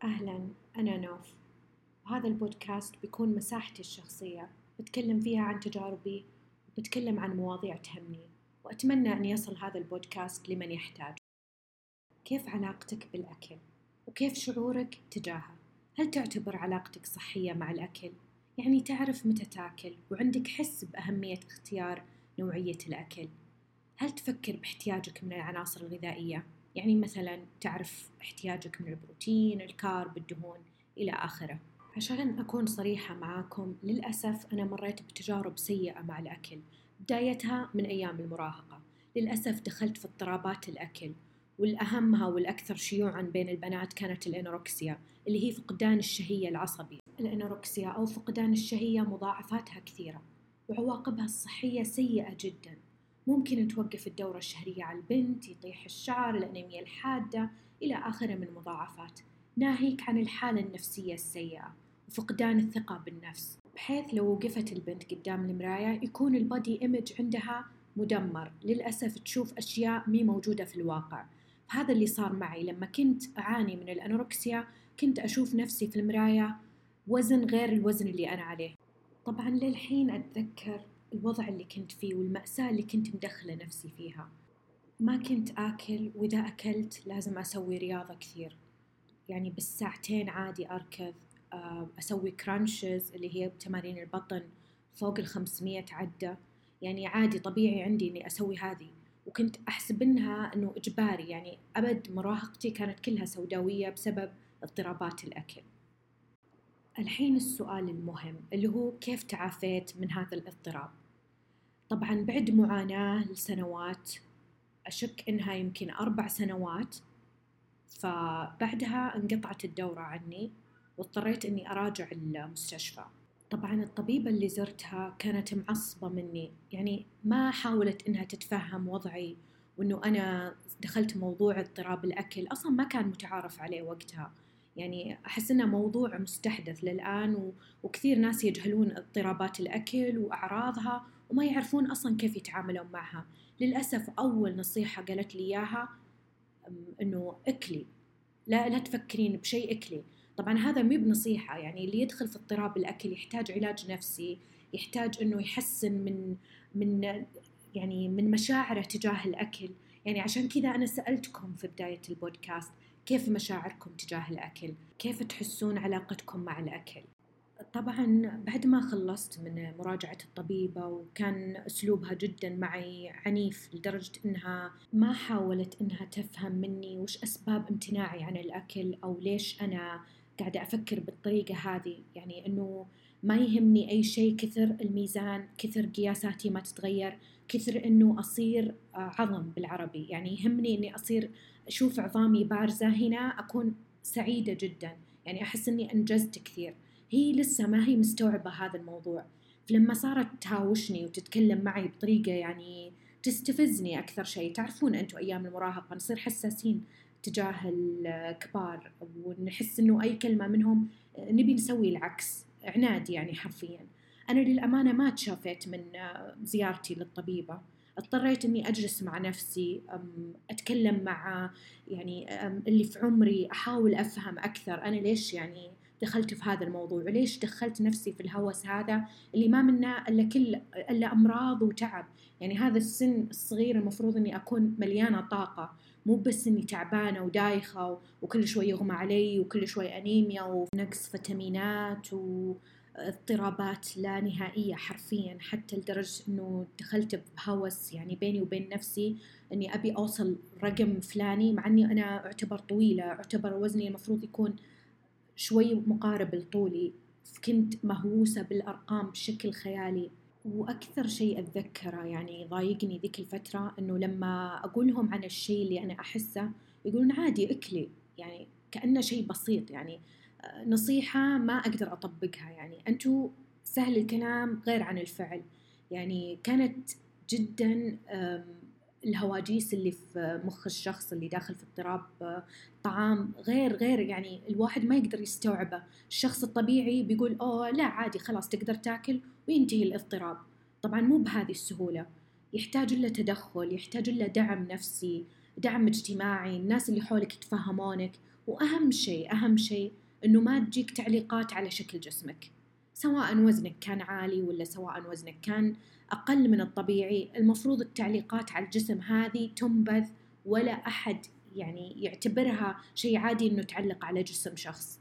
أهلاً، أنا نوف، وهذا البودكاست بيكون مساحتي الشخصية. بتكلم فيها عن تجاربي، وبتكلم عن مواضيع تهمني، وأتمنى أن يصل هذا البودكاست لمن يحتاج. كيف علاقتك بالأكل؟ وكيف شعورك تجاهه؟ هل تعتبر علاقتك صحية مع الأكل؟ يعني تعرف متى تاكل وعندك حس بأهمية اختيار نوعية الأكل؟ هل تفكر باحتياجك من العناصر الغذائية؟ يعني مثلا تعرف احتياجك من البروتين، الكارب، الدهون إلى آخره. عشان أكون صريحة معاكم، للأسف أنا مريت بتجارب سيئة مع الأكل. بدايتها من أيام المراهقة. للأسف دخلت في اضطرابات الأكل، والأهمها والأكثر شيوعاً بين البنات كانت الأنوركسيا، اللي هي فقدان الشهية العصبي. الأنوركسيا أو فقدان الشهية مضاعفاتها كثيرة، وعواقبها الصحية سيئة جداً. ممكن توقف الدورة الشهرية على البنت، يطيح الشعر، الأنيميا الحادة إلى آخره من مضاعفات، ناهيك عن الحالة النفسية السيئة وفقدان الثقة بالنفس، بحيث لو وقفت البنت قدام المراية يكون البودي إيمج عندها مدمر. للأسف تشوف أشياء مي موجودة في الواقع. هذا اللي صار معي لما كنت أعاني من الأنوركسيا. كنت أشوف نفسي في المراية وزن غير الوزن اللي أنا عليه. طبعاً للحين أتذكر الوضع اللي كنت فيه والمأساة اللي كنت مدخلة نفسي فيها. ما كنت آكل، وإذا أكلت لازم أسوي رياضة كثير، يعني بالساعتين عادي أركض، أسوي كرانشز اللي هي تمارين البطن فوق 500 عدة. يعني عادي طبيعي عندي إني أسوي هذه، وكنت أحسب إنها إنه إجباري. يعني أبد مراهقتي كانت كلها سوداوية بسبب اضطرابات الأكل. الحين السؤال المهم اللي هو كيف تعافيت من هذا الاضطراب؟ طبعاً بعد معاناة لسنوات، أشك إنها يمكن 4 سنوات. فبعدها انقطعت الدورة عني، واضطريت إني أراجع المستشفى. طبعاً الطبيبة اللي زرتها كانت معصبة مني، يعني ما حاولت إنها تتفهم وضعي، وإنه أنا دخلت موضوع اضطراب الأكل أصلاً ما كان متعارف عليه وقتها. يعني أحس إنه موضوع مستحدث للآن، وكثير ناس يجهلون اضطرابات الأكل وأعراضها وما يعرفون أصلاً كيف يتعاملون معها. للأسف أول نصيحة قالت لي إياها إنه أكلي، لا تفكرين بشيء أكلي. طبعا هذا مو بنصيحة، يعني اللي يدخل في اضطراب الأكل يحتاج علاج نفسي، يحتاج إنه يحسن من يعني من مشاعره تجاه الأكل. يعني عشان كذا أنا سألتكم في بداية البودكاست كيف مشاعركم تجاه الأكل، كيف تحسون علاقتكم مع الأكل. طبعاً بعد ما خلصت من مراجعة الطبيبة، وكان أسلوبها جداً معي عنيف لدرجة إنها ما حاولت إنها تفهم مني وش أسباب امتناعي عن الأكل، أو ليش أنا قاعدة أفكر بالطريقة هذه. يعني إنه ما يهمني أي شيء كثر الميزان، كثر قياساتي ما تتغير، كثر إنه أصير عظم بالعربي. يعني يهمني إني أصير أشوف عظامي بارزة هنا، أكون سعيدة جداً، يعني أحس إني أنجزت كثير. هي لسه ما هي مستوعبة هذا الموضوع. فلما صارت تهاوشني وتتكلم معي بطريقة يعني تستفزني أكثر شيء، تعرفون أنتوا أيام المراهقة نصير حساسين تجاه الكبار، ونحس إنه أي كلمة منهم نبي نسوي العكس، عناد يعني حرفيا. أنا للأمانة ما تشافيت من زيارتي للطبيبة. اضطريت إني أجلس مع نفسي، أتكلم مع يعني اللي في عمري، أحاول أفهم أكثر أنا ليش يعني دخلت في هذا الموضوع، وليش دخلت نفسي في الهوس هذا اللي ما منه إلا أمراض وتعب. يعني هذا السن الصغير المفروض إني أكون مليانة طاقة، مو بس إني تعبانة ودايخة وكل شوي يغمى علي وكل شوي أنيميا ونقص فيتامينات واضطرابات لا نهائية حرفيا، حتى لدرجة إنه دخلت بهوس يعني بيني وبين نفسي إني أبي أوصل رقم فلاني، مع إني أنا أعتبر طويلة، أعتبر وزني المفروض يكون شوي مقارب لطولي. كنت مهووسة بالأرقام بشكل خيالي. وأكثر شيء أتذكره يعني ضايقني ذيك الفترة، إنه لما أقولهم عن الشيء اللي أنا أحسه يقولون عادي أكلي، يعني كأنه شيء بسيط. يعني نصيحة ما أقدر أطبقها، يعني أنتوا سهل الكلام غير عن الفعل. يعني كانت جدا الهواجيس اللي في مخ الشخص اللي داخل في اضطراب طعام غير يعني الواحد ما يقدر يستوعبه. الشخص الطبيعي بيقول أوه لا عادي خلاص تقدر تاكل وينتهي الاضطراب. طبعا مو بهذه السهولة، يحتاج له تدخل، يحتاج له دعم نفسي، دعم اجتماعي، الناس اللي حولك يتفهمونك، وأهم شيء إنه ما تجيك تعليقات على شكل جسمك، سواء وزنك كان عالي ولا سواء وزنك كان أقل من الطبيعي. المفروض التعليقات على الجسم هذه تنبذ، ولا أحد يعني يعتبرها شيء عادي إنه تعلق على جسم شخص.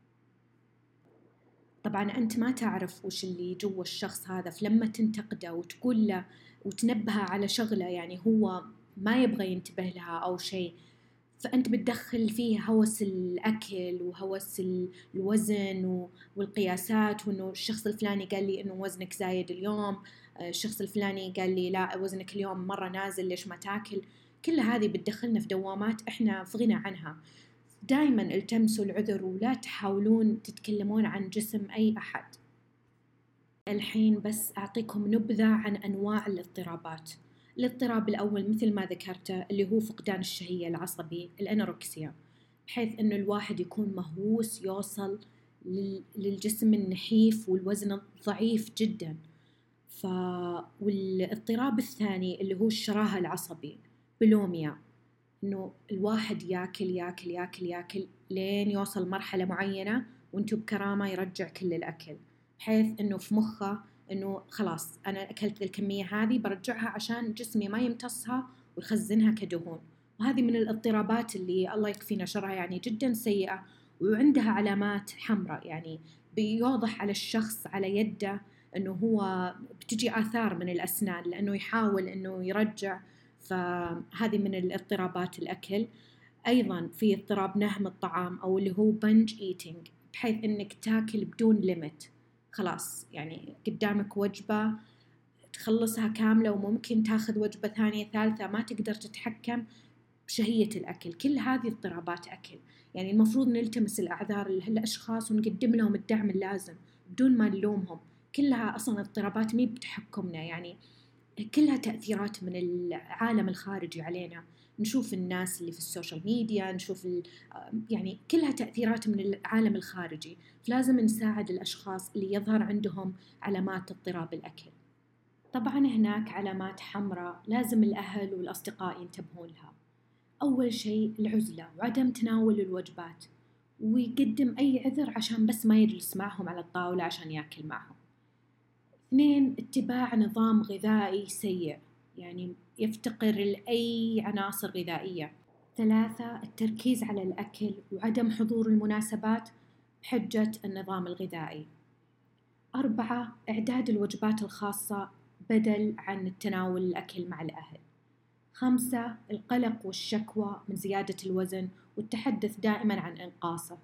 طبعا أنت ما تعرف وش اللي جوا الشخص هذا، فلما تنتقده وتقول له وتنبهه على شغلة يعني هو ما يبغى ينتبه لها أو شيء، فأنت بتدخل فيه هوس الأكل وهوس الوزن والقياسات، وإنه الشخص الفلاني قال لي إنه وزنك زايد اليوم، الشخص الفلاني قال لي لا وزنك اليوم مرة نازل ليش ما تاكل. كل هذه بتدخلنا في دوامات إحنا في غنى عنها. دائما التمسوا العذر ولا تحاولون تتكلمون عن جسم أي أحد. الحين بس أعطيكم نبذة عن أنواع الاضطرابات. الاضطراب الأول مثل ما ذكرته اللي هو فقدان الشهية العصبي، الأنوركسيا، بحيث أنه الواحد يكون مهووس يوصل للجسم النحيف والوزن الضعيف جدا. والاضطراب الثاني اللي هو الشراهة العصبي، بوليميا، إنه الواحد ياكل لين يوصل مرحلة معينة وانتو بكرامة يرجع كل الأكل، بحيث إنه في مخه إنه خلاص أنا أكلت الكمية هذه برجعها عشان جسمي ما يمتصها ويخزنها كدهون. وهذه من الاضطرابات اللي الله يكفينا شرها يعني جدا سيئة، وعندها علامات حمراء، يعني بيوضح على الشخص على يده إنه هو بتجي آثار من الأسنان لأنه يحاول إنه يرجع. فهذه من الاضطرابات الأكل. أيضا في اضطراب نهم الطعام أو اللي هو بنج إيتينج، بحيث إنك تاكل بدون ليمت، خلاص يعني قدامك وجبة تخلصها كاملة وممكن تاخذ وجبة ثانية ثالثة، ما تقدر تتحكم بشهية الأكل. كل هذه اضطرابات أكل. يعني المفروض نلتمس الأعذار لهالأشخاص ونقدم لهم الدعم اللازم بدون ما نلومهم. كلها أصلا اضطرابات مي بتحكمنا، يعني كلها تأثيرات من العالم الخارجي علينا. نشوف الناس اللي في السوشيال ميديا، نشوف يعني كلها تأثيرات من العالم الخارجي. فلازم نساعد الأشخاص اللي يظهر عندهم علامات اضطراب الأكل. طبعا هناك علامات حمراء لازم الأهل والأصدقاء ينتبهون لها. أول شيء العزلة وعدم تناول الوجبات، ويقدم أي عذر عشان بس ما يجلس معهم على الطاولة عشان يأكل معهم. 2 اتباع نظام غذائي سيء، يعني يفتقر لأي عناصر غذائية. 3 التركيز على الأكل وعدم حضور المناسبات بحجة النظام الغذائي. 4 إعداد الوجبات الخاصة بدل عن التناول الأكل مع الأهل. 5 القلق والشكوى من زيادة الوزن والتحدث دائما عن إنقاصه.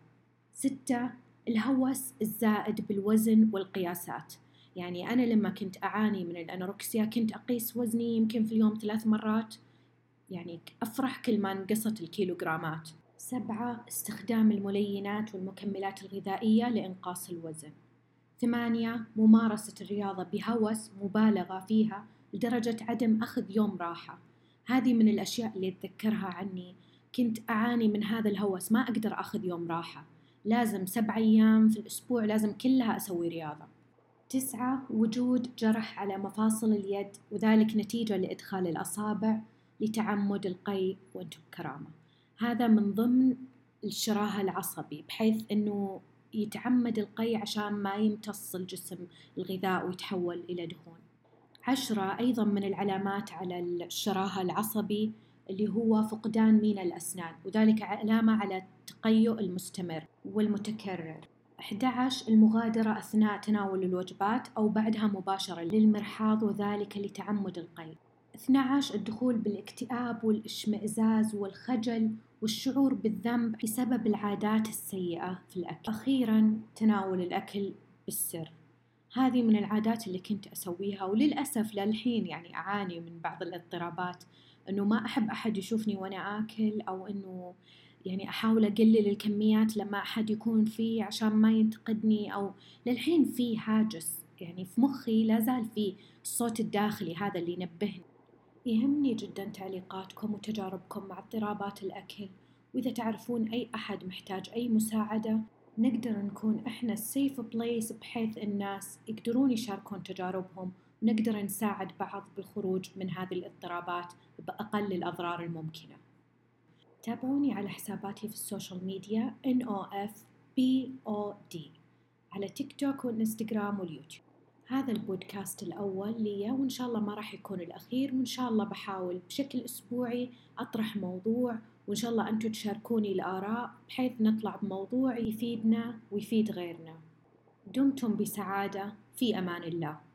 6 الهوس الزائد بالوزن والقياسات، يعني أنا لما كنت أعاني من الأنوركسيا كنت أقيس وزني يمكن في اليوم 3 مرات، يعني أفرح كل ما نقصت الكيلوغرامات. 7 استخدام الملينات والمكملات الغذائية لإنقاص الوزن. 8 ممارسة الرياضة بهوس مبالغة فيها لدرجة عدم أخذ يوم راحة. هذه من الأشياء اللي أتذكرها عني، كنت أعاني من هذا الهوس، ما أقدر أخذ يوم راحة، لازم 7 أيام في الأسبوع لازم كلها أسوي رياضة. 9 وجود جرح على مفاصل اليد، وذلك نتيجة لإدخال الأصابع لتعمد القيء وانتم بكرامة. هذا من ضمن الشراهة العصبي، بحيث أنه يتعمد القيء عشان ما يمتص الجسم الغذاء ويتحول إلى دهون. 10 أيضا من العلامات على الشراهة العصبي اللي هو فقدان مينا الأسنان، وذلك علامة على التقيؤ المستمر والمتكرر. 11 المغادرة أثناء تناول الوجبات أو بعدها مباشرة للمرحاض، وذلك لتعمد القيء. 12 الدخول بالاكتئاب والاشمئزاز والخجل والشعور بالذنب بسبب العادات السيئة في الأكل. أخيراً تناول الأكل بالسر. هذه من العادات اللي كنت أسويها، وللأسف للحين يعني أعاني من بعض الاضطرابات، أنه ما أحب أحد يشوفني وأنا آكل، أو أنه يعني أحاول أقلل الكميات لما أحد يكون فيه عشان ما ينتقدني، أو للحين في هاجس يعني في مخي لا زال في الصوت الداخلي هذا اللي ينبهني. يهمني جدا تعليقاتكم وتجاربكم مع اضطرابات الأكل، وإذا تعرفون أي أحد محتاج أي مساعدة نقدر نكون إحنا السيف بليس، بحيث الناس يقدرون يشاركون تجاربهم ونقدر نساعد بعض بالخروج من هذه الاضطرابات بأقل الأضرار الممكنة. تابعوني على حساباتي في السوشيال ميديا NOFBOD على تيك توك والإنستغرام واليوتيوب. هذا البودكاست الأول لي، وإن شاء الله ما راح يكون الأخير، وإن شاء الله بحاول بشكل أسبوعي أطرح موضوع، وإن شاء الله أنتم تشاركوني الآراء بحيث نطلع بموضوع يفيدنا ويفيد غيرنا. دمتم بسعادة، في أمان الله.